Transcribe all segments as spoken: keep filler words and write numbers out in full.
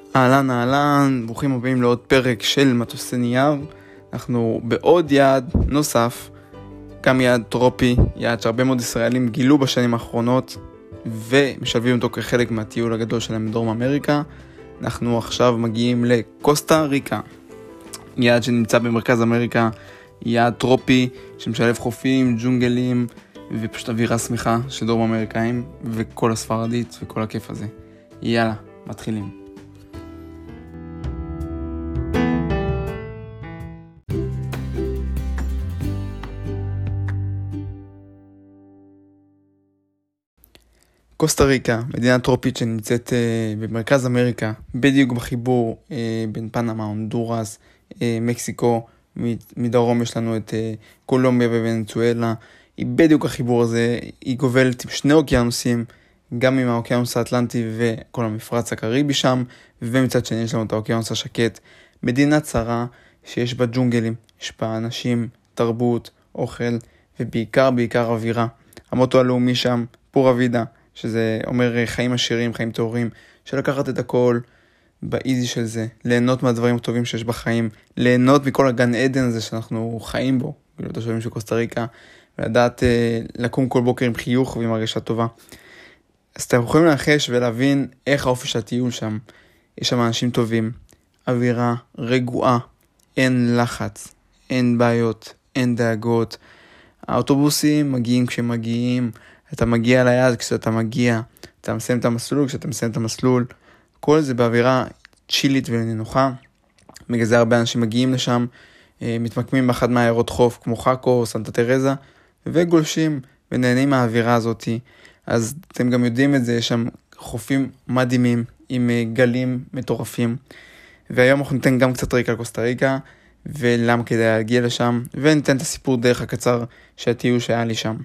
אהלן אהלן, ברוכים הבאים לעוד פרק של מטוסי נייר. אנחנו בעוד יעד נוסף, גם יעד טרופי, יעד שהרבה מאוד ישראלים גילו בשנים האחרונות ומשלבים אותו כחלק מהטיול הגדול שלהם בדרום אמריקה. אנחנו עכשיו מגיעים לקוסטה ריקה, יעד שנמצא במרכז אמריקה, יעד טרופי שמשלב חופים, ג'ונגלים ופשוט אווירה שמחה של דרום אמריקאים וכל הספרדית וכל הכיף הזה. יאללה, מתחילים. קוסטה ריקה, מדינה טרופית שנמצאת uh, במרכז אמריקה, בדיוק בחיבור uh, בין פנמה, הונדורס, uh, מקסיקו, מדרום יש לנו את uh, קולומביה וונצואלה. היא בדיוק החיבור הזה, היא גובלת עם שני אוקיינוסים, גם עם האוקיינוס האטלנטי וכל המפרץ הקריבי שם, ומצד שני יש לנו את האוקיינוס השקט. מדינה צרה שיש בה ג'ונגלים, יש בה אנשים, תרבות, אוכל ובעיקר בעיקר אווירה. המוטו הלאומי שם, פורה וידה, שזה אומר חיים עשירים, חיים טהורים, שלקחת את הכל באיזי של זה, ליהנות מהדברים הטובים שיש בחיים, ליהנות מכל הגן עדן הזה שאנחנו חיים בו, כאילו תושבים של קוסטה ריקה, ולדעת אה, לקום כל בוקר עם חיוך ועם הרגשה טובה. אז אתם יכולים לנחש ולהבין איך האופי של הטיול שם. יש שם אנשים טובים, אווירה רגועה, אין לחץ, אין בעיות, אין דאגות. האוטובוסים מגיעים כשהם מגיעים, אתה מגיע ליעד כשאתה מגיע, אתה מסיים את המסלול כשאתה מסיים את המסלול. כל זה באווירה צ'ילית ונינוחה. בגלל זה הרבה אנשים מגיעים לשם, מתמקמים באחד מהעיירות חוף כמו חאקו או סנטה טרזה, וגולשים ונהנים מהאווירה הזאת. אז אתם גם יודעים את זה, יש שם חופים מדהימים עם גלים מטורפים. והיום אנחנו ניתן גם קצת רקע על קוסטה ריקה, ולמה כדאי להגיע לשם, וניתן את הסיפור דרך הקצר שהטיול שהיה לי שם.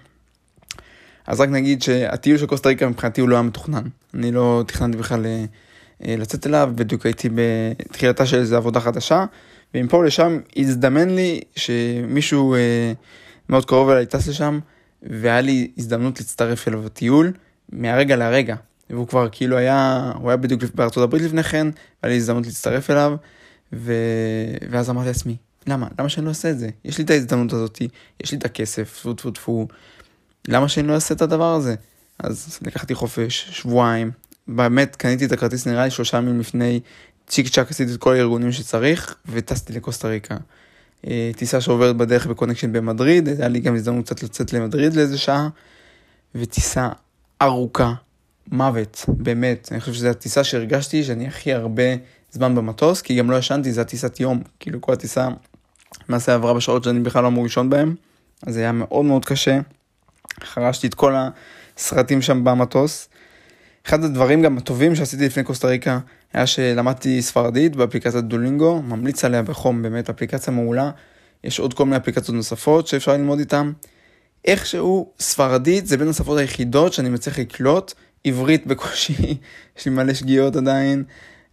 אז רק נגיד שהטיול של קוסטה ריקה מבחינתי הוא לא היה מתוכנן. אני לא תכננתי בכלל לצאת אליו, בדיוק הייתי בתחילתה של איזו עבודה חדשה, ומפה לשם הזדמן לי שמישהו מאוד קרוב אליי טס לשם, והיה לי הזדמנות להצטרף אליו בטיול מהרגע להרגע. והוא כבר כאילו היה, הוא היה בדיוק בארצות הברית לפני כן, והיה לי הזדמנות להצטרף אליו, ו... ואז אמרתי לעצמי, למה? למה שאני לא אעשה את זה? יש לי את ההזדמנות הזאת, יש לי את הכסף, טפו טפו טפו, למה שאני לא אעשה את הדבר הזה? אז לקחתי חופש, שבועיים, באמת קניתי את הכרטיס נראה לי שלושה ימים לפני, צ'יק צ'ק עשיתי את כל הארגונים שצריך, וטסתי לקוסטה ריקה. טיסה שעוברת בדרך בקונקשן במדריד, היה לי גם הזדמנות קצת לצאת למדריד לאיזה שעה, וטיסה ארוכה, מוות, באמת. אני חושב שזו הטיסה שהרגשתי שאני הכי הרבה זמן במטוס, כי גם לא ישנתי, זו הטיסת יום, כאילו כל הטיסה למעשה עברה בשעות שאני בכלל לא אמור לישון בהם, אז זה היה מאוד מאוד קשה. חרשתי את כל הסרטים שם במטוס. אחד הדברים גם הטובים שעשיתי לפני קוסטה ריקה, היה שלמדתי ספרדית באפליקציית דולינגו, ממליץ עליה בחום, באמת אפליקציה מעולה. יש עוד כל מיני אפליקציות נוספות שאפשר ללמוד איתן. איכשהו ספרדית זה בין השפות היחידות שאני מצליח לקלוט, עברית בקושי, יש לי מלא שגיאות עדיין,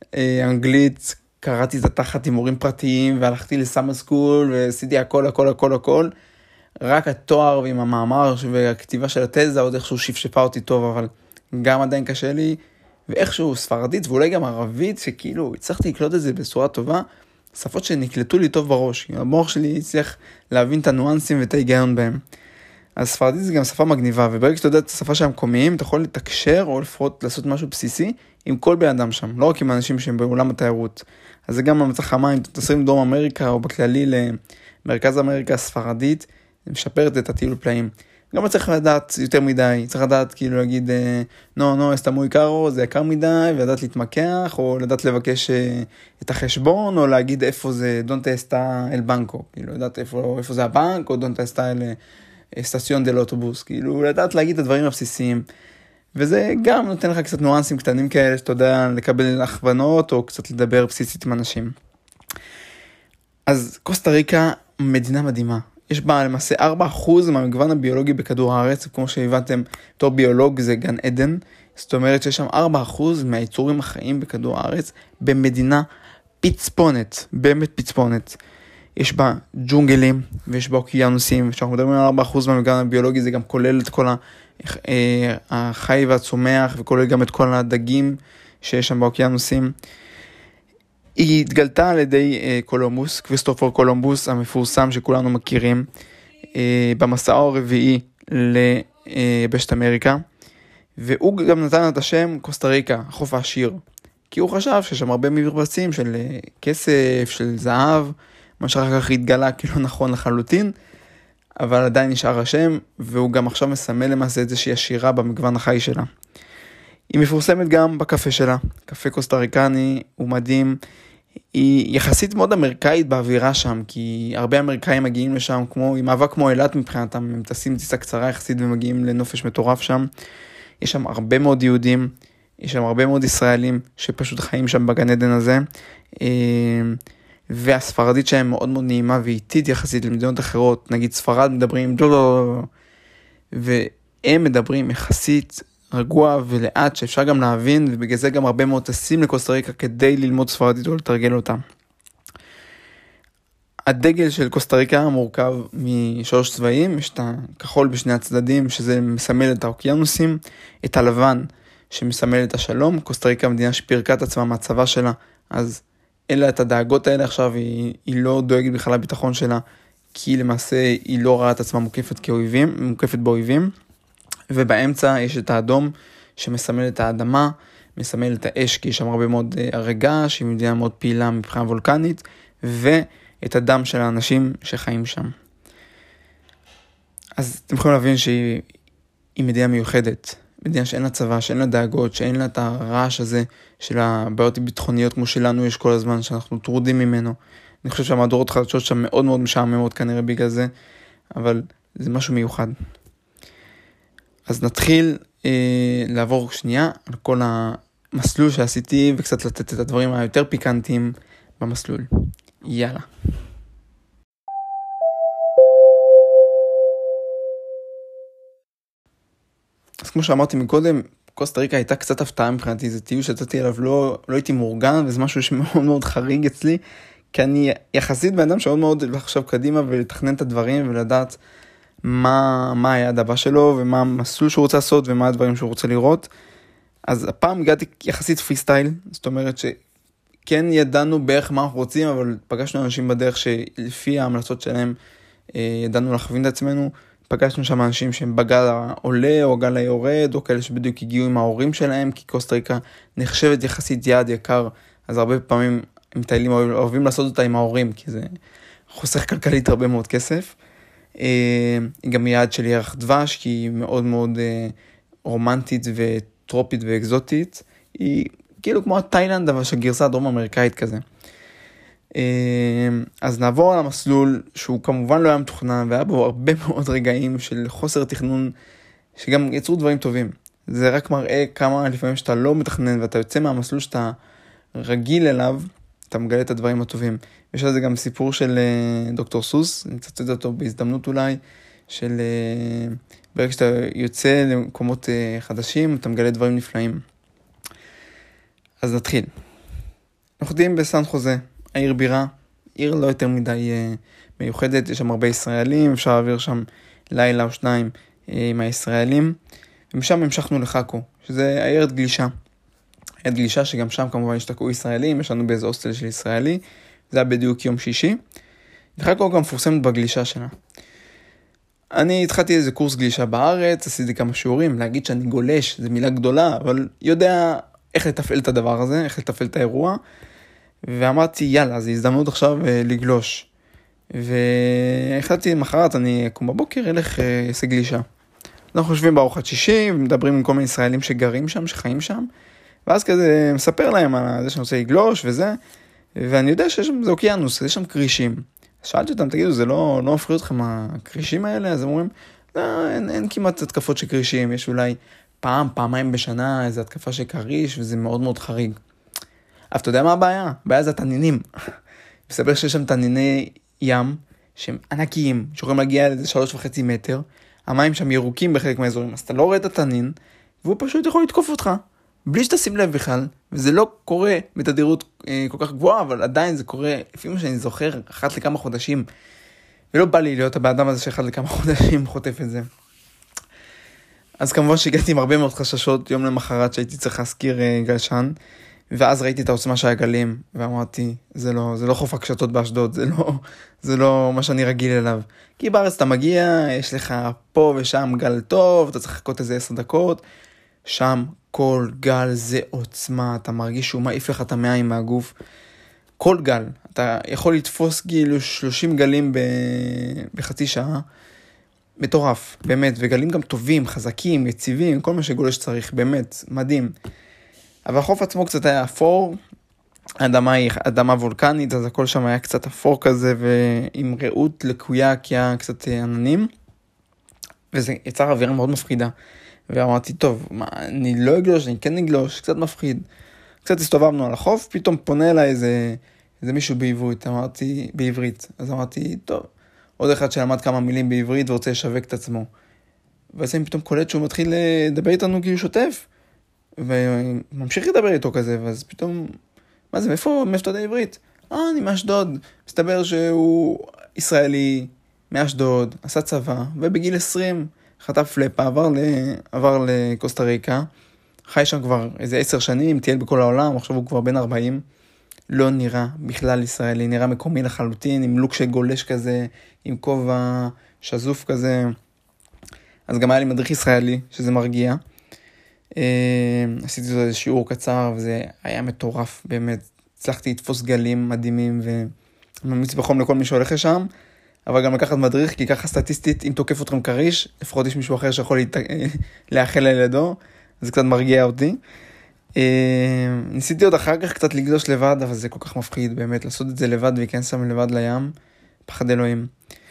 אנגלית, קראתי את התחת עם מורים פרטיים, והלכתי לסאמר סקול, ועשיתי הכל, הכל, הכל, הכל. רק התואר ועם המאמר והכתיבה של התזה, עוד איכשהו שפשפה אותי טוב, אבל גם עדיין קשה לי, ואיכשהו ספרדית, ואולי גם ערבית, שכאילו הצלחתי לקלוט את זה בצורה טובה, שפות שנקלטו לי טוב בראש, המוח שלי הצליח להבין את הניואנסים ואת ההיגיון בהם. אז ספרדית זה גם שפה מגניבה, וברגע שאתה יודע את השפה שהם מקומיים, אתה יכול לתקשר או לפחות לעשות משהו בסיסי עם כל בן אדם שם, לא רק עם אנשים שהם בעולם התיירות. אז זה גם המצח המים, אם אתה טסים בדרום אמריקה או בכללי למרכז אמריקה הספרדית, משפרת את הטיול פלאים. גם לא צריך לדעת יותר מדי, צריך לדעת כאילו להגיד, נו, נו, אסתה מוי קארו, זה יקר מדי, ולדעת להתמקח, או לדעת לבקש את החשבון, או להגיד איפה זה דונטה אסתה אל בנקו, כאילו לדעת איפה, איפה זה הבנק, או דונטה אסתה אל סטציון דל אוטובוס, כאילו לדעת להגיד את הדברים הבסיסיים, וזה גם נותן לך קצת ניואנסים קטנים כאלה, שאתה יודע לקבל הכוונות, או קצת לדבר בסיסית עם אנשים. אז קוסטה ריקה, מדינה מדהימה. יש בה למעשה ארבעה אחוז מהמגוון הביולוגי בכדור הארץ, כמו שהבנתם, אותו ביולוג זה גן עדן, זאת אומרת שיש שם ארבעה אחוז מהיצורים החיים בכדור הארץ, במדינה פצפונת, באמת פצפונת. יש בה ג'ונגלים, ויש בה אוקיינוסים, כשאנחנו מדברים על ארבעה אחוז מהמגוון הביולוגי, זה גם כולל את כל החי והצומח, וכולל גם את כל הדגים שיש שם באוקיינוסים. היא התגלתה על ידי אה, קולומבוס, כריסטופר קולומבוס המפורסם שכולנו מכירים, אה, במסעו הרביעי ליבשת אמריקה, והוא גם נתן את השם קוסטה ריקה, החוף העשיר, כי הוא חשב שיש שם הרבה מרבצים של אה, כסף, של זהב, מה שאחר כך התגלה כאילו נכון לחלוטין, אבל עדיין נשאר השם, והוא גם עכשיו מסמל למעשה איזושהי עשירה במגוון החי שלה. היא מפורסמת גם בקפה שלה, קפה קוסטה ריקני, הוא מדהים, היא יחסית מאוד אמריקאית באווירה שם, כי הרבה אמריקאים מגיעים לשם, כמו, היא מהווה כמו אילת מבחינתם, הם טסים טיסה קצרה יחסית ומגיעים לנופש מטורף שם. יש שם הרבה מאוד יהודים, יש שם הרבה מאוד ישראלים שפשוט חיים שם בגן עדן הזה, והספרדית שלהם מאוד מאוד נעימה ואיטית יחסית למדינות אחרות, נגיד ספרד מדברים דולו, והם מדברים יחסית רגוע ולאט שאפשר גם להבין, ובגלל זה גם הרבה מאוד טסים לקוסטה ריקה כדי ללמוד ספרדית או לתרגל אותה. הדגל של קוסטה ריקה מורכב משלוש צבעים, יש את הכחול בשני הצדדים שזה מסמל את האוקיינוסים, את הלבן שמסמל את השלום. קוסטה ריקה מדינה שפירקה את עצמה מהצבא שלה, אז אין לה את הדאגות האלה עכשיו, היא, היא לא דואגת בכלל לביטחון שלה, כי למעשה היא לא ראה את עצמה מוקפת כאויבים, מוקפת באויבים. ובאמצע יש את האדום שמסמל את האדמה, מסמל את האש, כי יש שם הרבה מאוד הרגה, שהיא מדינה מאוד פעילה מבחינה וולקנית, ואת הדם של האנשים שחיים שם. אז אתם יכולים להבין שהיא מדינה מיוחדת, מדינה שאין לה צבא, שאין לה דאגות, שאין לה את הרעש הזה של הבעיות הביטחוניות כמו שלנו יש כל הזמן, שאנחנו טרודים ממנו. אני חושב שהמהדורות חדשות שם מאוד מאוד משעממות כנראה בגלל זה, אבל זה משהו מיוחד. אז נתחיל אה, לעבור שנייה על כל המסלול שעשיתי, וקצת לתת את הדברים היותר פיקנטיים במסלול. יאללה. אז כמו שאמרתי מקודם, קוסטה ריקה הייתה קצת הפתעה מבחינתי, זה טיול שיצאתי עליו, לא, לא הייתי מאורגן, וזה משהו שמאוד מאוד חריג אצלי, כי אני יחסית בן אדם שעוד מאוד לחשוב קדימה ולתכנן את הדברים ולדעת מה, מה היעד הבא שלו ומה המסלול שהוא רוצה לעשות ומה הדברים שהוא רוצה לראות. אז הפעם הגעתי יחסית פרי סטייל, זאת אומרת שכן ידענו בערך מה אנחנו רוצים, אבל פגשנו אנשים בדרך שלפי ההמלצות שלהם ידענו להכווין את עצמנו. פגשנו שם אנשים שהם בגל העולה או גל היורד, או כאלה שבדיוק הגיעו עם ההורים שלהם, כי קוסטה ריקה נחשבת יחסית יעד יקר, אז הרבה פעמים הם מטיילים אוהבים, אוהבים לעשות אותה עם ההורים, כי זה חוסך כלכלית הרבה מאוד כסף. היא גם יעד של ירח דבש, כי היא מאוד מאוד רומנטית וטרופית ואקזוטית. היא כאילו כמו התאילנד, אבל שגרסה דרום אמריקאית כזה. אז נעבור על המסלול, שהוא כמובן לא היה מתוכנן, והיה בו הרבה מאוד רגעים של חוסר תכנון, שגם יצרו דברים טובים. זה רק מראה כמה לפעמים שאתה לא מתכנן, ואתה יוצא מהמסלול שאתה רגיל אליו, אתה מגלה את הדברים הטובים. יש על זה גם סיפור של דוקטור סוס, אני קצת יודע אותו בהזדמנות אולי, של ברגע שאתה יוצא למקומות חדשים, אתה מגלה דברים נפלאים. אז נתחיל. אנחנו יודעים בסן חוזה, העיר בירה, עיר לא יותר מדי מיוחדת, יש שם הרבה ישראלים, אפשר להעביר שם לילה או שניים עם הישראלים, ומשם המשכנו לחאקו, שזה העיר גלישה. עיר גלישה שגם שם כמובן השתקעו ישראלים, יש לנו באיזה הוסטל של ישראלי, זה היה בדיוק יום שישי, וחאקו גם מפורסמת בגלישה שלה. אני התחלתי איזה קורס גלישה בארץ, עשיתי כמה שיעורים, להגיד שאני גולש, זו מילה גדולה, אבל יודע איך לתפעל את הדבר הזה, איך לתפעל את האירוע, ואמרתי יאללה, זו הזדמנות עכשיו לגלוש. והחלטתי למחרת, אני אקום בבוקר, אלך אעשה גלישה. אנחנו חושבים בארוחת שישי, ומדברים עם כל מיני ישראלים שגרים שם, שחיים שם, ואז כזה מספר להם על זה שאני רוצה לגלוש וזה, ואני יודע שיש שם, זה אוקיינוס, יש שם קרישים. שאלתי אותם, תגידו, זה לא, לא מפריע אתכם הקרישים האלה? אז הם אומרים, לא, אין, אין כמעט התקפות של קרישים, יש אולי פעם, פעמיים בשנה, איזו התקפה של קריש, וזה מאוד מאוד חריג. אבל אתה יודע מה הבעיה? הבעיה זה התנינים. מספר שיש שם תניני ים, שהם ענקיים, שיכולים להגיע לאיזה שלוש וחצי מטר, המים שם ירוקים בחלק מהאזורים, אז אתה לא רואה את התנין, והוא פשוט יכול לתקוף אותך, בלי שתשים לב בכלל, וזה לא קורה בתדירות אה, כל כך גבוהה, אבל עדיין זה קורה, לפי מה שאני זוכר, אחת לכמה חודשים, ולא בא לי להיות הבאדם הזה שאחת לכמה חודשים חוטף את זה. אז כמובן שהגעתי עם הרבה מאוד חששות, יום למחרת שהייתי צריך להזכיר אה, גלשן, ואז ראיתי את העוצמה של הגלים, ואמרתי, זה לא, זה לא חוף הקשתות באשדוד, זה לא, זה לא מה שאני רגיל אליו. כי בארץ אתה מגיע, יש לך פה ושם גל טוב, אתה צריך לחכות איזה עשר דקות, שם כל גל זה עוצמה, אתה מרגיש שהוא מעיף לך את המעיים מהגוף. כל גל, אתה יכול לתפוס כאילו שלושים גלים ב... בחצי שעה, מטורף, באמת, וגלים גם טובים, חזקים, יציבים, כל מה שגולש צריך, באמת, מדהים. אבל החוף עצמו קצת היה אפור, האדמה היא אדמה וולקנית, אז הכל שם היה קצת אפור כזה, ועם ראות לקויה, כי היה קצת עננים, וזה יצר אווירה מאוד מפחידה. ואמרתי, טוב, מה, אני לא אגלוש, אני כן אגלוש, קצת מפחיד. קצת הסתובבנו על החוף, פתאום פונה אליי איזה, איזה מישהו בעברית, אמרתי, בעברית. אז אמרתי, טוב, עוד אחד שלמד כמה מילים בעברית ורוצה לשווק את עצמו. ואז אני פתאום קולט שהוא מתחיל לדבר איתנו כאילו שוטף, וממשיך לדבר איתו כזה, ואז פתאום, מה זה, מאיפה, מאיפה אתה יודע עברית? אה, אני מאשדוד. מסתבר שהוא ישראלי, מאשדוד, עשה צבא, ובגיל עשרים חטף לפ, עבר, ל... עבר לקוסטה ריקה, חי שם כבר איזה עשר שנים, טייל בכל העולם, עכשיו הוא כבר בן ארבעים, לא נראה בכלל ישראלי, נראה מקומי לחלוטין, עם לוק של גולש כזה, עם כובע שזוף כזה. אז גם היה לי מדריך ישראלי, שזה מרגיע. עשיתי איזה שיעור קצר, וזה היה מטורף, באמת. הצלחתי לתפוס גלים מדהימים, וממליץ בחום לכל מי שהולך לשם, אבל גם לקחת מדריך, כי ככה סטטיסטית, אם תוקף אתכם קריש, לפחות יש מישהו אחר שיכול להת... לאחל לילדו, זה קצת מרגיע אותי. ניסיתי עוד אחר כך קצת לגלוש לבד, אבל זה כל כך מפחיד, באמת, לעשות את זה לבד, וכנס שם לבד לים, פחד אלוהים.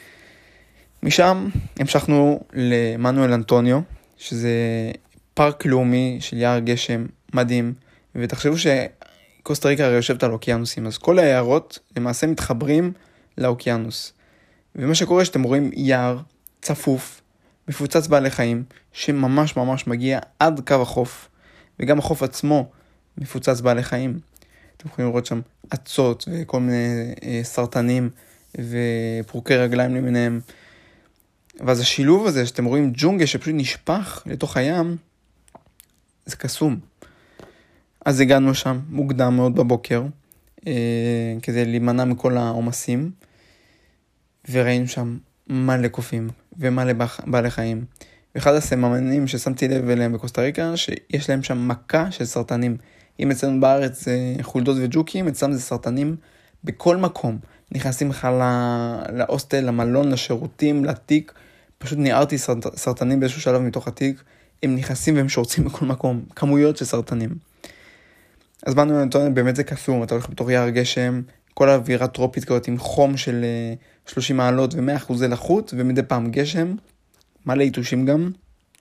משם המשכנו למנואל אנטוניו, שזה פארק לאומי של יער גשם מדהים, ותחשבו שקוסטה ריקה הרי יושבת על אוקיינוסים, אז כל היערות למעשה מתחברים לאוקיינוס. ומה שקורה שאתם רואים יער צפוף, מפוצץ בעלי חיים, שממש ממש מגיע עד קו החוף, וגם החוף עצמו מפוצץ בעלי חיים. אתם יכולים לראות שם עצות וכל מיני אה, סרטנים ופרוקי רגליים למיניהם. ואז השילוב הזה שאתם רואים ג'ונגל שפשוט נשפך לתוך הים, זה קסום. אז הגענו שם מוקדם מאוד בבוקר, אה, כדי להימנע מכל העומסים, וראינו שם מלא קופים ומלא בעלי חיים. ואחד הסממנים ששמתי לב אליהם בקוסטה ריקה, שיש להם שם מכה של סרטנים. אם אצלנו בארץ זה חולדות וג'וקים, אצלם זה סרטנים בכל מקום. נכנסים לך להוסטל, למלון, לשירותים, לתיק. פשוט ניערתי סרט, סרטנים באיזשהו שלב מתוך התיק. הם נכנסים והם שורצים בכל מקום. כמויות של סרטנים. אז באנו לנתון, באמת זה קסום. אתה הולך בתור יער גשם, כל האווירה טרופית כזאת עם חום של שלושים מעלות ו-מאה אחוזי לחות, ומדי פעם גשם. מלא איתושים גם.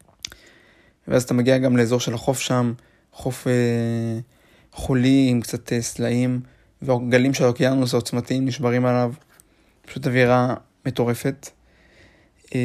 ואז אתה מגיע גם לאזור של החוף שם, חוף אה, חולי עם קצת אה, סלעים, והגלים של האוקיינוס העוצמתיים נשברים עליו. פשוט אווירה מטורפת. אה,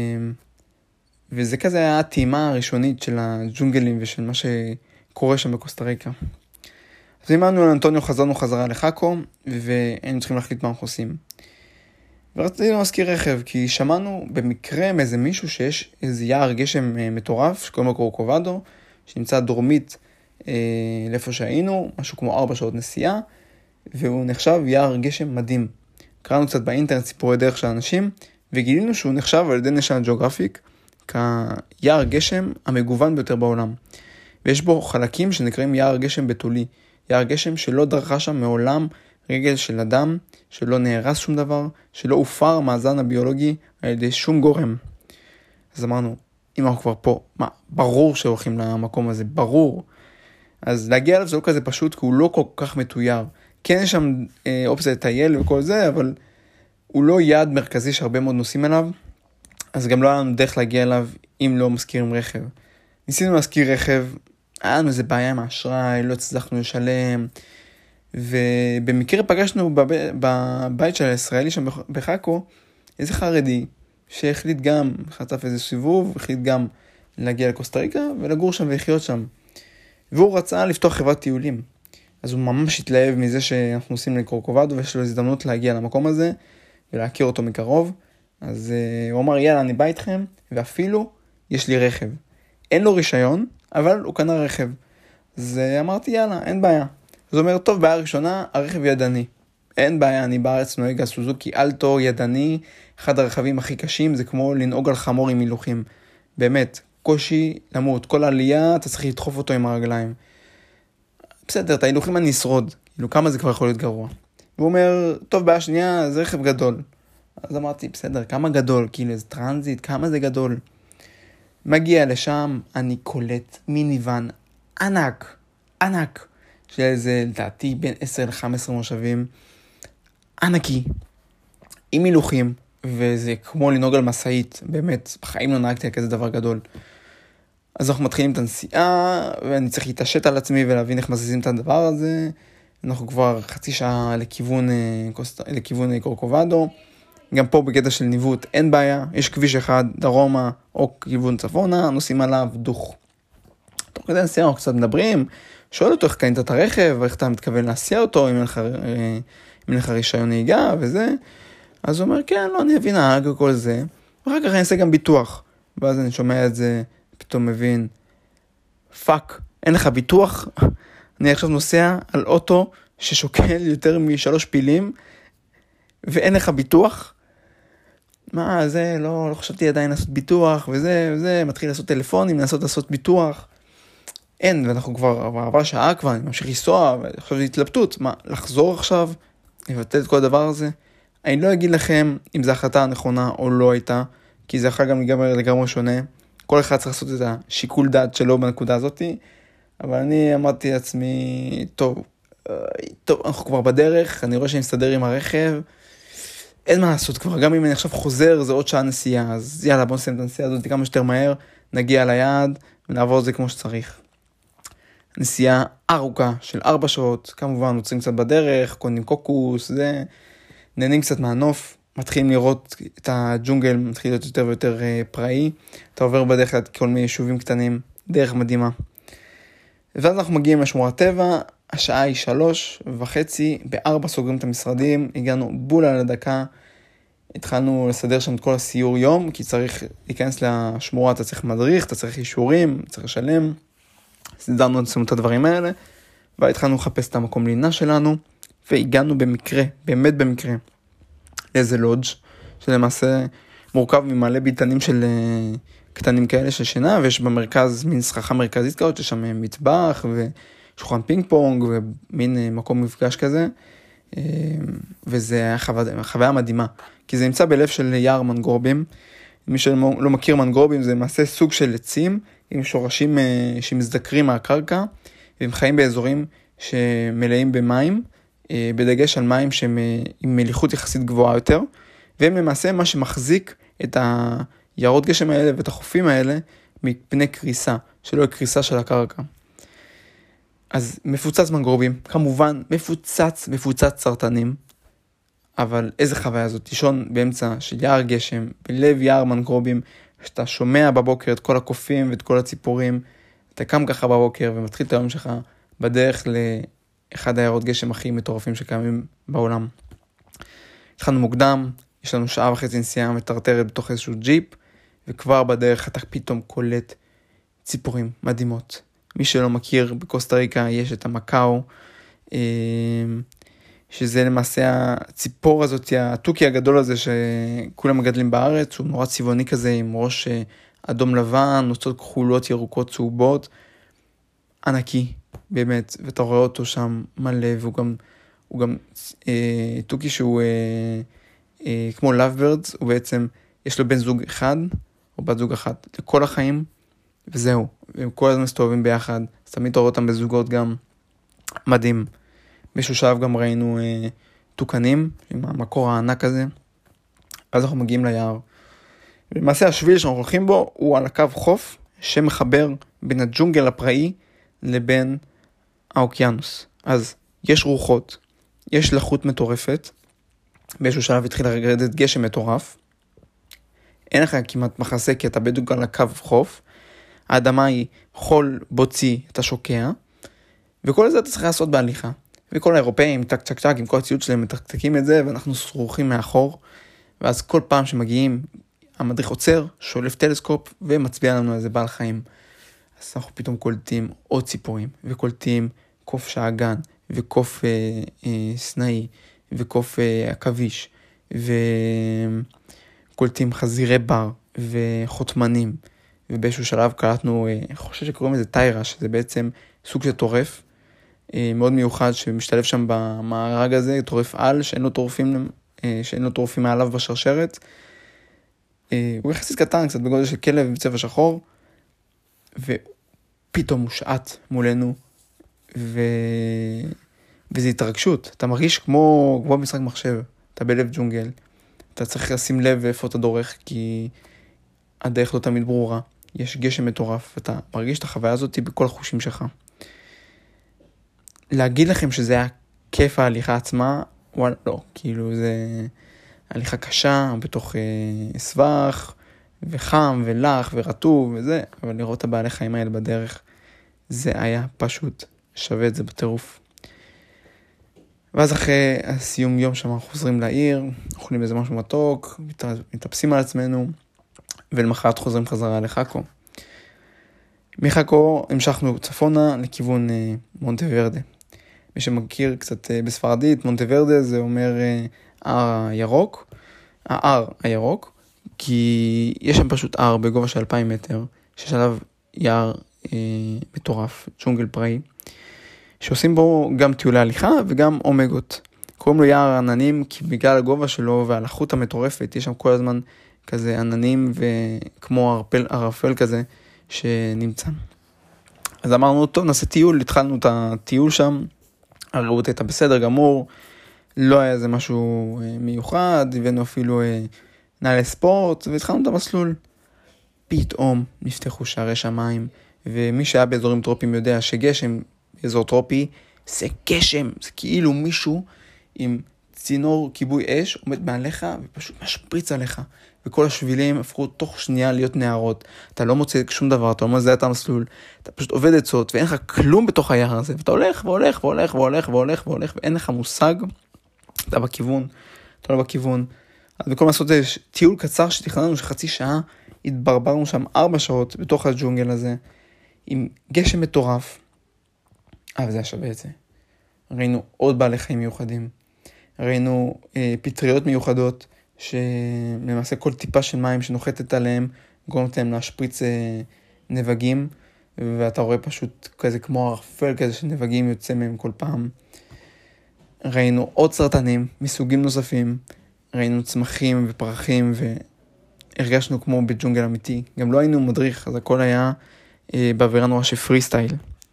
וזה כזה היה הטעימה הראשונית של הג'ונגלים ושל מה שקורה שם בקוסטה ריקה. אז אימנו לאנטוניו, חזרנו חזרה לחאקו, והיינו צריכים להחליט מה אנחנו עושים. ורציתי להזכיר רכב, כי שמענו במקרה מאיזה מישהו שיש איזה יער גשם מטורף, שקוראים לו קורקובדו, שנמצא דרומית אה, לאיפה שהיינו, משהו כמו ארבע שעות נסיעה, והוא נחשב יער גשם מדהים. קראנו קצת באינטרנט סיפורי דרך של אנשים, וגילינו שהוא נחשב על ידי National Geographic כיער גשם המגוון ביותר בעולם. ויש בו חלקים שנקראים יער גשם בתולי, יער גשם שלא דרכה שם מעולם רגל של אדם, שלא נהרס שום דבר, שלא הופר המאזן הביולוגי על ידי שום גורם. אז אמרנו, אם אנחנו כבר פה, מה, ברור שהולכים למקום הזה, ברור. אז להגיע אליו זה לא כזה פשוט, כי הוא לא כל כך מתויר. כן יש שם אה, אופציה לטייל וכל זה, אבל הוא לא יעד מרכזי שהרבה מאוד נוסעים אליו, אז גם לא היה לנו דרך להגיע אליו אם לא מזכירים רכב. ניסינו להזכיר רכב, היה לנו איזה בעיה עם האשראי, לא הצלחנו לשלם, ובמקרה פגשנו בב... בבית של הישראלי שם בחאקו, איזה חרדי שהחליט גם, חטף איזה סיבוב, החליט גם להגיע לקוסטה ריקה ולגור שם ולחיות שם. והוא רצה לפתוח חברת טיולים. אז הוא ממש התלהב מזה שאנחנו נוסעים לקורקובדו, ויש לו הזדמנות להגיע למקום הזה ולהכיר אותו מקרוב. אז uh, הוא אמר, יאללה, אני בא איתכם, ואפילו יש לי רכב. אין לו רישיון, אבל הוא קנה רכב. אז uh, אמרתי, יאללה, אין בעיה. אז הוא אומר, טוב, בעיה ראשונה, הרכב ידני. אין בעיה, אני בארץ נוהג על סוזוקי אלטו ידני, אחד הרכבים הכי קשים, זה כמו לנהוג על חמור עם הילוכים. באמת, קושי למות, כל עלייה, אתה צריך לדחוף אותו עם הרגליים. בסדר, את ההילוכים אני אשרוד, כאילו כמה זה כבר יכול להיות גרוע. והוא אומר, טוב, בעיה שנייה, זה רכב גדול. אז אמרתי, בסדר, כמה גדול? כאילו, איזה טרנזיט, כמה זה גדול? מגיע לשם, אני קולט מיניוון ענק, ענק, שזה לדעתי בין עשר ל-חמש עשרה מושבים, ענקי, עם הילוכים, וזה כמו לנהוג על מסעית, באמת, בחיים לא נהגתי על כזה דבר גדול. אז אנחנו מתחילים את הנסיעה, ואני צריך להתעשת על עצמי ולהבין איך מזיזים את הדבר הזה. אנחנו כבר חצי שעה לכיוון, לכיוון קורקובדו. גם פה בקטע של ניווט אין בעיה, יש כביש אחד דרומה או כיוון צפונה, נוסעים עליו דוך. תוך כדי נסיעה אנחנו קצת מדברים, שואל אותו איך קנית את הרכב, איך אתה מתכוון להסיע אותו, אם אין לך, אם אין לך רישיון נהיגה וזה. אז הוא אומר, כן, לא, אני אבין נהג וכל זה. ואחר כך אני אעשה גם ביטוח. ואז אני שומע את זה, פתאום מבין, פאק, אין לך ביטוח? אני עכשיו נוסע על אוטו ששוקל יותר משלוש פילים, ואין לך ביטוח? מה, זה, לא, לא חשבתי עדיין לעשות ביטוח, וזה, וזה, מתחיל לעשות טלפונים, לעשות לעשות ביטוח. אין, ואנחנו כבר, עבר שעה כבר, אני ממשיך לנסוע, ועכשיו זה התלבטות. מה, לחזור עכשיו, לבטל את כל הדבר הזה? אני לא אגיד לכם אם זו החלטה הנכונה או לא הייתה, כי זה יכול גם לגמרי, לגמרי שונה. כל אחד צריך לעשות את השיקול דעת שלו בנקודה הזאת, אבל אני אמרתי לעצמי, טוב, טוב, אנחנו כבר בדרך, אני רואה שאני מסתדר עם הרכב, אין מה לעשות כבר, גם אם אני עכשיו חוזר, זה עוד שעה נסיעה, אז יאללה, בוא נסיים את הנסיעה הזאת כמה שיותר מהר, נגיע ליעד, ונעבור את זה כמו שצריך. נסיעה ארוכה של ארבע שעות, כמובן, נוצרים קצת בדרך, קונים קוקוס, זה, נהנים קצת מהנוף, מתחילים לראות את הג'ונגל, מתחיל להיות יותר ויותר פראי, אתה עובר בדרך כל מיני יישובים קטנים, דרך מדהימה. ואז אנחנו מגיעים לשמורת טבע, השעה היא שלוש וחצי, בארבע סוגרים את המשרדים, הגענו בול על הדקה, התחלנו לסדר שם את כל הסיור יום, כי צריך להיכנס לשמורה, אתה צריך מדריך, אתה צריך אישורים, צריך לשלם, סדרנו את הדברים האלה, והתחלנו לחפש את המקום לינה שלנו, והגענו במקרה, באמת במקרה, לאיזה לודג' שלמעשה מורכב ממלא ביתנים של קטנים כאלה של שינה, ויש במרכז מין סככה מרכזית כזאת, יש שם מטבח ושולחן פינג פונג ומין מקום מפגש כזה, וזה היה חוויה, חוויה מדהימה, כי זה נמצא בלב של יער מנגרובים. מי שלא מכיר, מנגרובים זה למעשה סוג של עצים עם שורשים שמזדקרים מהקרקע, והם חיים באזורים שמלאים במים, בדגש על מים שהם עם מליחות יחסית גבוהה יותר, והם למעשה מה שמחזיק את היערות גשם האלה ואת החופים האלה מפני קריסה, שלא יהיה קריסה של הקרקע. אז מפוצץ מנגרובים, כמובן מפוצץ, מפוצץ סרטנים, אבל איזה חוויה הזאת, לישון באמצע של יער גשם, בלב יער מנגרובים, שאתה שומע בבוקר את כל הקופים ואת כל הציפורים, אתה קם ככה בבוקר ומתחיל את היום שלך בדרך לאחד היערות גשם הכי מטורפים שקיימים בעולם. התחלנו מוקדם, יש לנו שעה וחצי נסיעה מטרטרת בתוך איזשהו ג'יפ, וכבר בדרך אתה פתאום קולט ציפורים מדהימות. מי שלא מכיר, בקוסטה ריקה יש את המקאו, שזה למעשה הציפור הזאת, הטוקי הגדול הזה שכולם מגדלים בארץ, הוא נורא צבעוני כזה עם ראש אדום לבן, נוצות כחולות ירוקות צהובות, ענקי באמת, ואתה רואה אותו שם מלא, והוא גם, הוא גם אה, טוקי שהוא אה, אה, כמו lovebirds, הוא בעצם, יש לו בן זוג אחד, או בת זוג אחת, לכל החיים, וזהו, הם כל הזמן מסתובבים ביחד, אז תמיד אתה רואה אותם בזוגות גם, מדהים. באיזשהו שלב גם ראינו אה, תוקנים, עם המקור הענק הזה, אז אנחנו מגיעים ליער. למעשה השביל שאנחנו הולכים בו, הוא על הקו חוף, שמחבר בין הג'ונגל הפראי, לבין האוקיינוס. אז יש רוחות, יש לחות מטורפת, באיזשהו שלב התחיל לרדת גשם מטורף, אין לך כמעט מחסה, כי אתה בדיוק על הקו חוף, האדמה היא חול בוצי, אתה שוקע, וכל זה אתה צריך לעשות בהליכה. וכל האירופאים, טק טק טק, עם כל הציוד שלהם מתקתקים את זה, ואנחנו סרוכים מאחור, ואז כל פעם שמגיעים, המדריך עוצר, שולף טלסקופ, ומצביע לנו איזה בעל חיים. אז אנחנו פתאום קולטים עוד ציפורים, וקולטים קוף שעגן, וקוף אה, אה, סנאי, וקוף אה, עכביש, וקולטים חזירי בר, וחותמנים, ובאיזשהו שלב קלטנו, אה, אני חושב שקוראים לזה טיירה, שזה בעצם סוג של טורף, אה, מאוד מיוחד שמשתלב שם במארג הזה, טורף על, שאין לו טורפים, אה, שאין לו טורפים מעליו בשרשרת, אה, הוא יחסית קטן, קצת בגודל של כלב בצבע שחור, ופתאום הוא שעט מולנו, ו... וזה התרגשות. אתה מרגיש כמו, כמו במשחק מחשב. אתה בלב ג'ונגל. אתה צריך לשים לב איפה אתה דורך, כי הדרך לא תמיד ברורה. יש גשם מטורף, ואתה מרגיש את החוויה הזאת בכל החושים שלך. להגיד לכם שזה היה כיף ההליכה עצמה, וואלה, לא. כאילו זה הליכה קשה, בתוך אה, סבך, וחם, ולח, ורטוב, וזה. אבל לראות את הבעלי חיים האלה בדרך, זה היה פשוט שווה את זה בטירוף. ואז אחרי הסיום יום שם אנחנו חוזרים לעיר, אוכלים איזה משהו מתוק, מתאפסים על עצמנו, ולמחרת חוזרים חזרה לחקו. מחקו המשכנו צפונה לכיוון אה, מונטוורדה. מי שמכיר קצת אה, בספרדית, מונטוורדה זה אומר אה, הר הירוק, ההר הירוק, כי יש שם פשוט הר בגובה של אלפיים מטר, שיש עליו יער אה, מטורף, ג'ונגל פראי, שעושים בו גם טיולי הליכה וגם אומגות. קוראים לו יער עננים, כי בגלל הגובה שלו והלחות המטורפת, יש שם כל הזמן כזה עננים וכמו ערפל, ערפל כזה שנמצא. אז אמרנו, טוב, נעשה טיול, התחלנו את הטיול שם, הרעות הייתה בסדר גמור, לא היה איזה משהו מיוחד, הבאנו אפילו נעלי ספורט, והתחלנו את המסלול. פתאום נפתחו שערי שמיים, ומי שהיה באזורים טרופיים יודע שגשם באזור טרופי, זה גשם, זה כאילו מישהו עם צינור כיבוי אש עומד מעליך ופשוט משפריץ עליך, וכל השבילים הפכו תוך שנייה להיות נערות. אתה לא מוצא שום דבר, אתה לא מזהה את המסלול, אתה פשוט עובד עצות ואין לך כלום בתוך היער הזה, ואתה הולך והולך והולך והולך והולך והולך ואין לך מושג, אתה בכיוון, אתה לא בכיוון. אז בכל מסעות זה טיול קצר שתכננו שחצי שעה, התברברנו שם ארבע שעות בתוך הג'ונגל הזה, עם גשם מטורף, אבל זה היה שווה את זה. ראינו עוד בעלי חיים מיוחדים, ראינו אה, פטריות מיוחדות, שלמעשה כל טיפה של מים שנוחתת עליהם, גורמת להם להשפריץ אה, נבגים, ואתה רואה פשוט כזה כמו ערפל כזה של נבגים יוצא מהם כל פעם. ראינו עוד סרטנים מסוגים נוספים, ראינו צמחים ופרחים, והרגשנו כמו בג'ונגל אמיתי. גם לא היינו מדריך, אז הכל היה אה, באווירה נורא שפרי סטייל.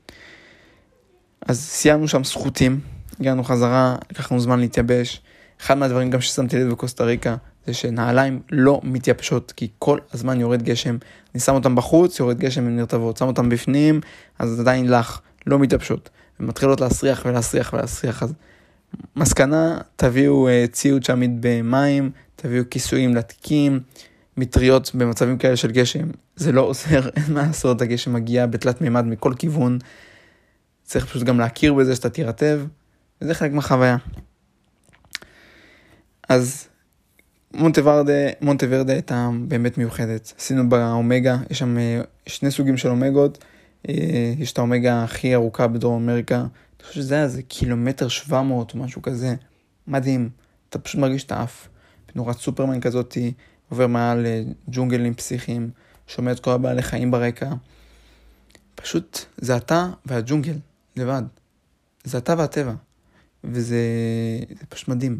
אז סיימנו שם סחוטים, הגענו חזרה, לקחנו זמן להתייבש. אחד מהדברים גם ששמתי לב בקוסטה ריקה, זה שנעליים לא מתייבשות, כי כל הזמן יורד גשם. אני שם אותם בחוץ, יורד גשם, הן נרטבות. שם אותם בפנים, אז עדיין לח, לא מתייבשות. ומתחילות להסריח ולהסריח ולהסריח. אז מסקנה, תביאו uh, ציוד שעמיד במים, תביאו כיסויים לתיקים, מטריות במצבים כאלה של גשם. זה לא עוזר, אין מה לעשות, הגשם מגיע בתלת מימד מכל כיוון. צריך פשוט גם להכיר בזה שאתה תירטב, וזה חלק מהחוויה. אז מונטוורדה, מונטוורדה הייתה באמת מיוחדת. עשינו באומגה, יש שם שני סוגים של אומגות, יש את האומגה הכי ארוכה בדרום אמריקה, אני חושב שזה היה איזה קילומטר שבע מאות או משהו כזה, מדהים, אתה פשוט מרגיש את האף, בנורת סופרמן כזאת, עובר מעל ג'ונגלים פסיכיים, שומע את כל הבעלי חיים ברקע, פשוט זה אתה והג'ונגל, לבד, זה אתה והטבע, וזה זה פשוט מדהים.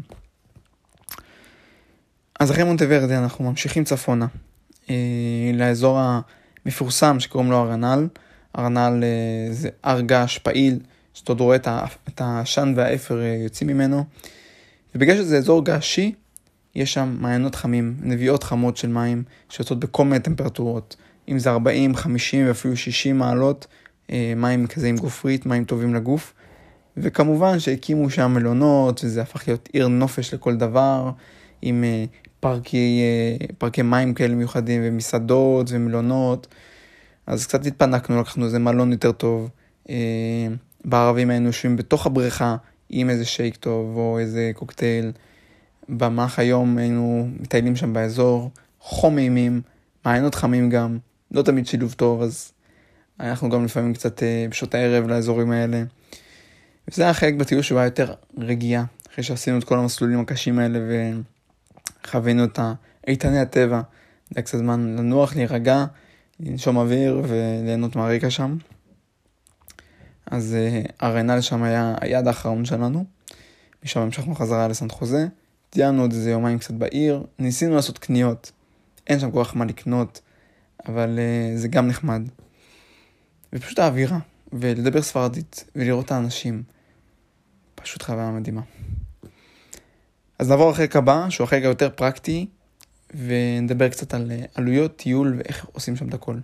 אז אחרי מונטוורדה אנחנו ממשיכים צפונה, אה, לאזור המפורסם שקוראים לו ארנל. ארנל אה, זה הר געש פעיל, שאתה רואה את, את העשן והאפר אה, יוצאים ממנו, ובגלל שזה אזור געשי, יש שם מעיינות חמים, נביאות חמות של מים, שיוצאות בכל מיני טמפרטורות, אם זה ארבעים, חמישים ואפילו שישים מעלות, אה, מים כזה עם גופרית, מים טובים לגוף, וכמובן שהקימו שם מלונות, וזה הפך להיות עיר נופש לכל דבר, עם פארקי, פארקי מים כאלה מיוחדים, ומסעדות ומלונות. אז קצת התפנקנו, לקחנו איזה מלון יותר טוב. בערבים היינו יושבים בתוך הבריכה, עם איזה שייק טוב, או איזה קוקטייל. במהלך היום היינו מטיילים שם באזור, חום אימים, מעיינות חמים גם, לא תמיד שילוב טוב, אז אנחנו גם לפעמים קצת בשעות הערב לאזורים האלה. וזה היה חלק בטיול שהוא היה יותר רגיעה, אחרי שעשינו את כל המסלולים הקשים האלה וחווינו את איתני הטבע. זה היה קצת זמן לנוח, להירגע, לנשום אוויר וליהנות מהרקע שם. אז הריינה לשם היה היעד האחרון שלנו. משם המשכנו חזרה לסן חוזה, תיינו עוד איזה יומיים קצת בעיר, ניסינו לעשות קניות, אין שם כל כך מה לקנות, אבל uh, זה גם נחמד. ופשוט האווירה, ולדבר ספרדית, ולראות את האנשים, פשוט חוויה מדהימה. אז נעבור לחלק הבא, שהוא החלק היותר פרקטי, ונדבר קצת על uh, עלויות, טיול, ואיך עושים שם את הכל.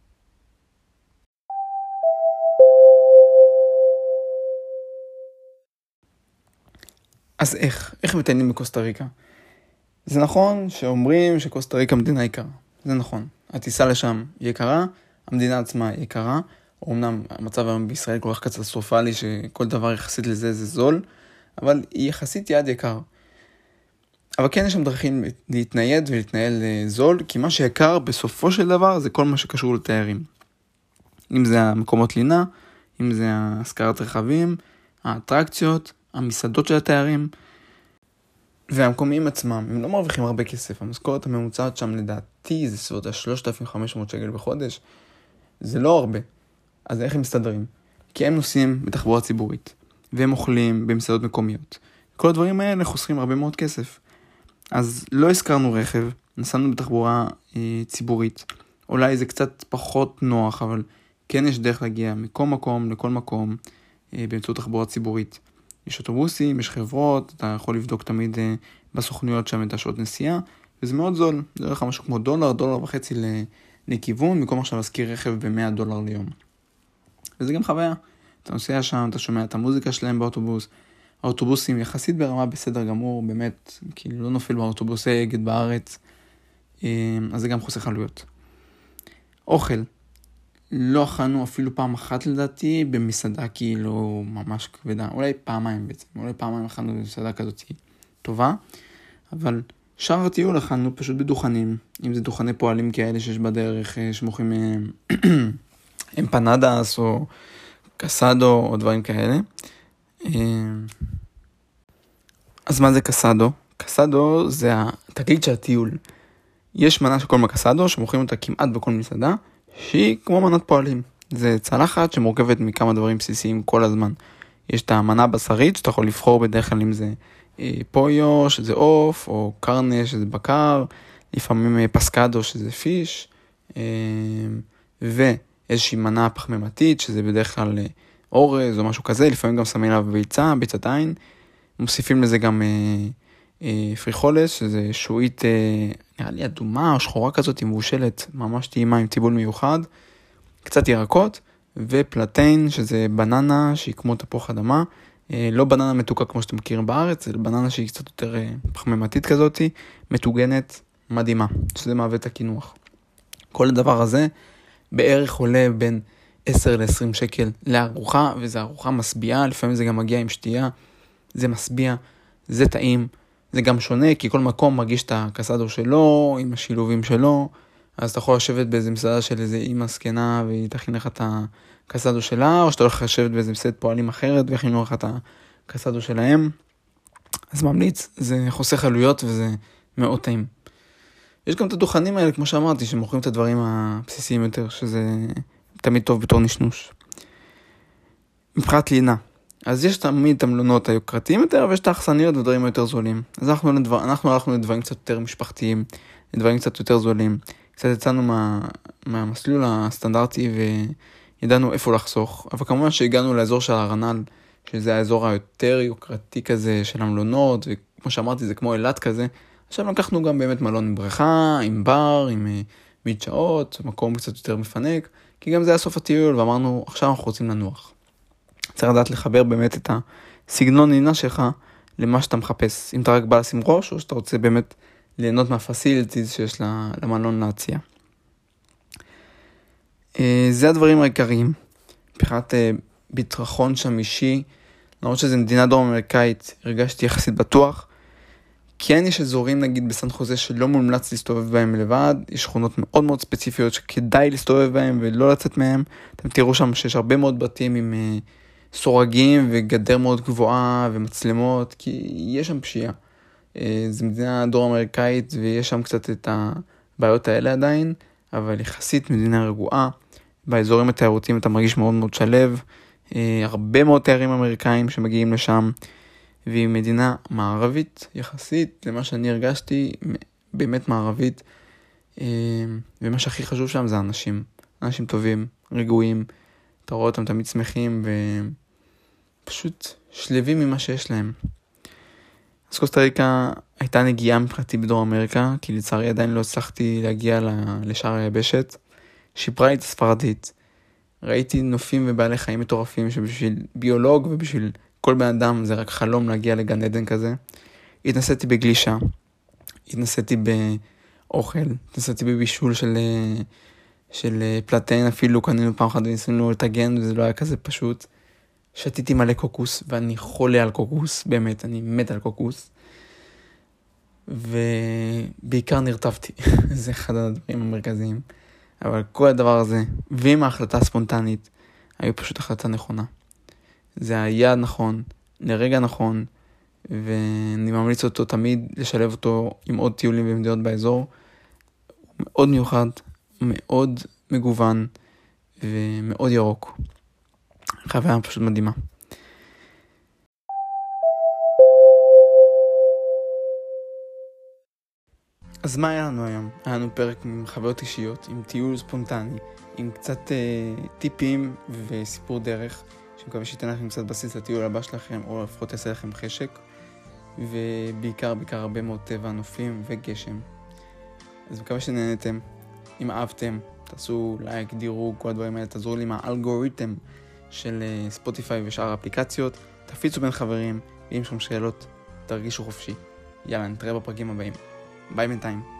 אז איך? איך מטיילים בקוסטה ריקה? זה נכון שאומרים שקוסטה ריקה מדינה יקרה. זה נכון. הטיסה לשם יקרה, המדינה עצמה יקרה. אומנם המצב היום בישראל כל כך קטסטרופלי שכל דבר יחסית לזה זה זול, אבל היא יחסית יעד יקר. אבל כן יש שם דרכים להתנייד ולהתנהל זול, כי מה שיקר בסופו של דבר זה כל מה שקשור לתיירים. אם זה המקומות לינה, אם זה השכרת רכבים, האטרקציות, המסעדות של התיירים, והמקומיים עצמם, הם לא מרוויחים הרבה כסף. המשכורת הממוצעת שם לדעתי זה סביבות ה-שלושת אלפים וחמש מאות שקל בחודש. זה לא הרבה. אז איך הם מסתדרים? כי הם נוסעים בתחבורה ציבורית, והם אוכלים במסעדות מקומיות. כל הדברים האלה חוסכים הרבה מאוד כסף. אז לא הזכרנו רכב, נסענו בתחבורה אה, ציבורית. אולי זה קצת פחות נוח, אבל כן יש דרך להגיע מכל מקום לכל מקום אה, באמצעות תחבורה ציבורית. יש אוטובוסים, יש חברות, אתה יכול לבדוק תמיד אה, בסוכנויות שם את השעות נסיעה, וזה מאוד זול. זה הולך משהו כמו דולר, דולר וחצי לכיוון, במקום עכשיו להזכיר רכב ב-מאה דולר ליום. וזה גם חוויה. אתה נוסע שם, אתה שומע את המוזיקה שלהם באוטובוס, האוטובוסים יחסית ברמה בסדר גמור, באמת, כאילו לא נופל באוטובוסי אגד בארץ, אה, אז זה גם חוסך עלויות. אוכל. לא אכלנו אפילו פעם אחת לדעתי במסעדה כאילו ממש כבדה, אולי פעמיים בעצם, אולי פעמיים אכלנו במסעדה כזאת טובה, אבל שאר הטיול אכלנו פשוט בדוכנים, אם זה דוכני פועלים כאלה שיש בדרך, שמוכרים אמפנדס או קסדו או דברים כאלה. אז מה זה קסדו? קסדו זה התגלית של הטיול. יש מנה של כל מקסדו שמוכרים אותה כמעט בכל מסעדה, שהיא כמו מנת פועלים. זה צלחת שמורכבת מכמה דברים בסיסיים כל הזמן. יש את המנה בשרית שאתה יכול לבחור בדרך כלל אם זה אה, פויו, שזה אוף, או קרנה, שזה בקר, לפעמים אה, פסקדו, שזה פיש, אה, ואיזושהי מנה פחמימתית, שזה בדרך כלל אה, אורז או משהו כזה, לפעמים גם שמים עליו ביצה, ביצת עין. מוסיפים לזה גם אה, אה, פריחולס, שזה שועית אה, נראה לי אדומה או שחורה כזאת עם מבושלת, ממש טעימה עם טיבול מיוחד, קצת ירקות, ופלטיין, שזה בננה שהיא כמו תפוח אדמה, אה, לא בננה מתוקה כמו שאתם מכירים בארץ, זה בננה שהיא קצת יותר אה, פחמימתית כזאת, מטוגנת, מדהימה, שזה מהווה את הכינוח. כל הדבר הזה בערך עולה בין עשר עד עשרים שקל לארוחה, וזו ארוחה משביעה, לפעמים זה גם מגיע עם שתייה, זה משביע, זה טעים, זה גם שונה, כי כל מקום מרגיש את הקסדו שלו, עם השילובים שלו, אז אתה יכול לשבת באיזה מסעדה של איזה אימא סקנה, והיא תכין לך את הקסדו שלה, או שאתה הולך לשבת באיזה מסעדת פועלים אחרת, ויכינו לך את הקסדו שלהם. אז ממליץ, זה חוסך עלויות, וזה מאוד טעים. יש גם את הדוכנים האלה, כמו שאמרתי, שמוכרים את הדברים הבסיסיים יותר, שזה תמיד טוב בתור נשנוש. מבחינת לינה. אז יש תמיד את המלונות היוקרתיים יותר, ויש את האכסניות ודברים יותר זולים. אז אנחנו, לדבר, אנחנו הלכנו לדברים קצת יותר משפחתיים, לדברים קצת יותר זולים. קצת יצאנו מה, מהמסלול הסטנדרטי, וידענו איפה לחסוך. אבל כמובן שהגענו לאזור של הרנל, שזה האזור היותר יוקרתי כזה של המלונות, וכמו שאמרתי, זה כמו אילת כזה. עכשיו לקחנו גם באמת מלון עם בריכה, עם בר, עם מדשאות, מקום קצת יותר מפנק, כי גם זה היה סוף הטיול, ואמרנו, עכשיו אנחנו רוצים לנוח. צריך לדעת לחבר באמת את הסגנון לינה שלך למה שאתה מחפש. אם אתה רק בא לשים ראש, או שאתה רוצה באמת ליהנות מהפסיליטיז שיש למלון להציע. זה הדברים העיקריים. מבחינת ביטחון שם אישי, למרות שזה מדינה דרום אמריקאית, הרגשתי יחסית בטוח. כן יש אזורים נגיד בסן חוזה שלא מומלץ להסתובב בהם לבד, יש שכונות מאוד מאוד ספציפיות שכדאי להסתובב בהם ולא לצאת מהם. אתם תראו שם שיש הרבה מאוד בתים עם סורגים וגדר מאוד גבוהה ומצלמות, כי יש שם פשיעה. זו מדינה דרום אמריקאית ויש שם קצת את הבעיות האלה עדיין, אבל יחסית מדינה רגועה. באזורים התיירותיים אתה מרגיש מאוד מאוד שלב, הרבה מאוד תיירים אמריקאים שמגיעים לשם, והיא מדינה מערבית יחסית למה שאני הרגשתי, באמת מערבית, ומה שהכי חשוב שם זה אנשים, אנשים טובים, רגועים, אתה רואה אותם תמיד שמחים ופשוט שלבים ממה שיש להם. אז קוסטה ריקה הייתה נגיעה מבחינתי בדרום אמריקה, כי לצערי עדיין לא הצלחתי להגיע לשאר היבשת. שיפרה לי את הספרדית, ראיתי נופים ובעלי חיים מטורפים שבשביל ביולוג ובשביל כל בן אדם זה רק חלום להגיע לגן עדן כזה. התנסיתי בגלישה, התנסיתי באוכל, התנסיתי בבישול של, של פלטן, אפילו קנינו פעם אחת וניסינו לתגן וזה לא היה כזה פשוט. שתיתי מלא קוקוס ואני חולה על קוקוס, באמת אני מת על קוקוס. ובעיקר נרטבתי, זה אחד הדברים המרכזיים. אבל כל הדבר הזה, ועם ההחלטה הספונטנית, היו פשוט החלטה נכונה. זה היה נכון, לרגע נכון, ואני ממליץ אותו תמיד לשלב אותו עם עוד טיולים ומדינות באזור. מאוד מיוחד, מאוד מגוון, ומאוד ירוק. חוויה פשוט מדהימה. אז מה היה לנו היום? היה לנו פרק עם חוויות אישיות, עם טיול ספונטני, עם קצת אה, טיפים וסיפור דרך, שמקווה שייתן לכם קצת בסיס לטיול הבא שלכם, או לפחות יעשה לכם חשק, ובעיקר, בעיקר הרבה מאוד טבע, נופים וגשם. אז מקווה שנהנתם. אם אהבתם, תעשו לייק, דירוג, כל הדברים האלה, תעזרו לי עם האלגוריתם של אה, ספוטיפיי ושאר האפליקציות, תפיצו בין חברים, ואם יש לכם שאלות, תרגישו חופשי. יאללה, נתראה בפרקים הבאים. ביי בינתיים.